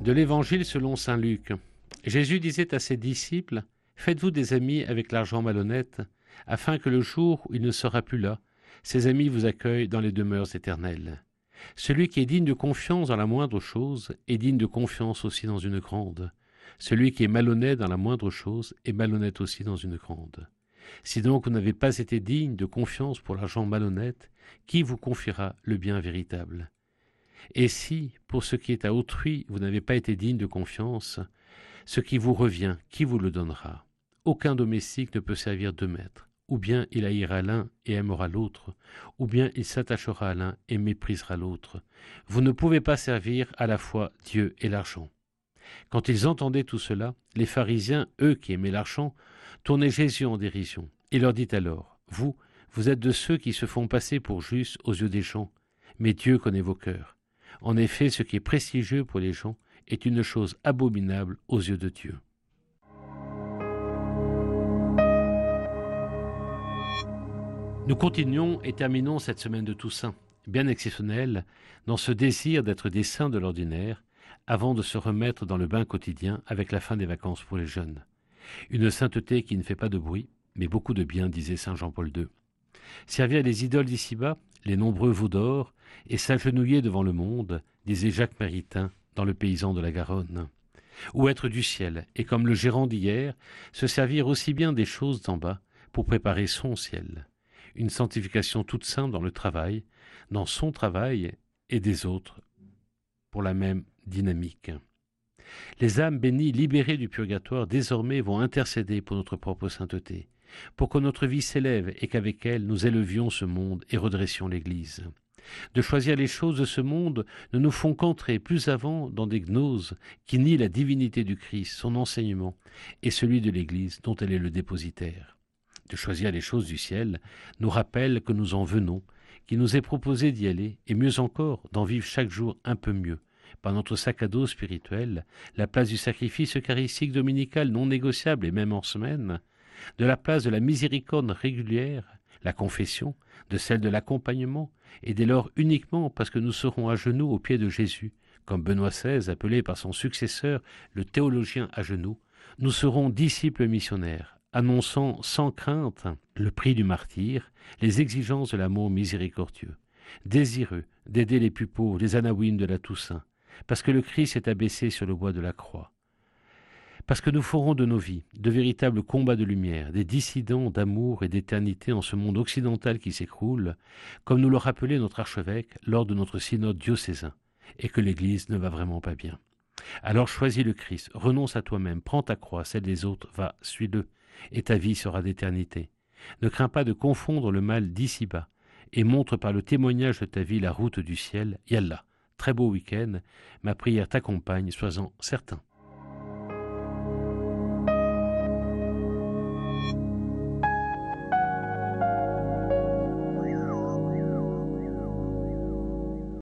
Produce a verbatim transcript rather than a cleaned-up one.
De l'Évangile selon saint Luc. Jésus disait à ses disciples, « Faites-vous des amis avec l'argent malhonnête, afin que le jour où il ne sera plus là, ces amis vous accueillent dans les demeures éternelles. Celui qui est digne de confiance dans la moindre chose est digne de confiance aussi dans une grande. Celui qui est malhonnête dans la moindre chose est malhonnête aussi dans une grande. Si donc vous n'avez pas été digne de confiance pour l'argent malhonnête, qui vous confiera le bien véritable ? Et si, pour ce qui est à autrui, vous n'avez pas été digne de confiance, ce qui vous revient, qui vous le donnera ? Aucun domestique ne peut servir deux maîtres. Ou bien il haïra l'un et aimera l'autre, ou bien il s'attachera à l'un et méprisera l'autre. Vous ne pouvez pas servir à la fois Dieu et l'argent. » Quand ils entendaient tout cela, les pharisiens, eux qui aimaient l'argent, tournaient Jésus en dérision. Il leur dit alors, « Vous, vous êtes de ceux qui se font passer pour justes aux yeux des gens, mais Dieu connaît vos cœurs. En effet, ce qui est prestigieux pour les gens est une chose abominable aux yeux de Dieu. » Nous continuons et terminons cette semaine de Toussaint, bien exceptionnelle, dans ce désir d'être des saints de l'ordinaire, avant de se remettre dans le bain quotidien avec la fin des vacances pour les jeunes. Une sainteté qui ne fait pas de bruit, mais beaucoup de bien, disait saint Jean-Paul deux. Servir les idoles d'ici-bas, les nombreux veaux d'or, et s'agenouiller devant le monde, disait Jacques Maritain dans Le Paysan de la Garonne. Ou être du ciel, et comme le gérant d'hier, se servir aussi bien des choses d'en bas pour préparer son ciel. Une sanctification toute simple dans le travail, dans son travail et des autres, pour la même dynamique. Les âmes bénies, libérées du purgatoire, désormais vont intercéder pour notre propre sainteté, pour que notre vie s'élève et qu'avec elle nous élevions ce monde et redressions l'Église. De choisir les choses de ce monde ne nous font qu'entrer plus avant dans des gnoses qui nient la divinité du Christ, son enseignement et celui de l'Église dont elle est le dépositaire. De choisir les choses du ciel nous rappelle que nous en venons, qu'il nous est proposé d'y aller, et mieux encore, d'en vivre chaque jour un peu mieux, par notre sac à dos spirituel, la place du sacrifice eucharistique dominical non négociable et même en semaine, de la place de la miséricorde régulière, la confession, de celle de l'accompagnement, et dès lors uniquement parce que nous serons à genoux aux pieds de Jésus, comme Benoît seize, appelé par son successeur le théologien à genoux, nous serons disciples missionnaires, annonçant sans crainte le prix du martyr, les exigences de l'amour miséricordieux, désireux d'aider les pupeaux, les anawines de la Toussaint, parce que le Christ est abaissé sur le bois de la croix. Parce que nous ferons de nos vies de véritables combats de lumière, des dissidents d'amour et d'éternité en ce monde occidental qui s'écroule, comme nous le rappelait notre archevêque lors de notre synode diocésain, et que l'Église ne va vraiment pas bien. Alors choisis le Christ, renonce à toi-même, prends ta croix, celle des autres, va, suis-le, et ta vie sera d'éternité. Ne crains pas de confondre le mal d'ici-bas, et montre par le témoignage de ta vie la route du ciel. Yallah, très beau week-end, ma prière t'accompagne, sois-en certain.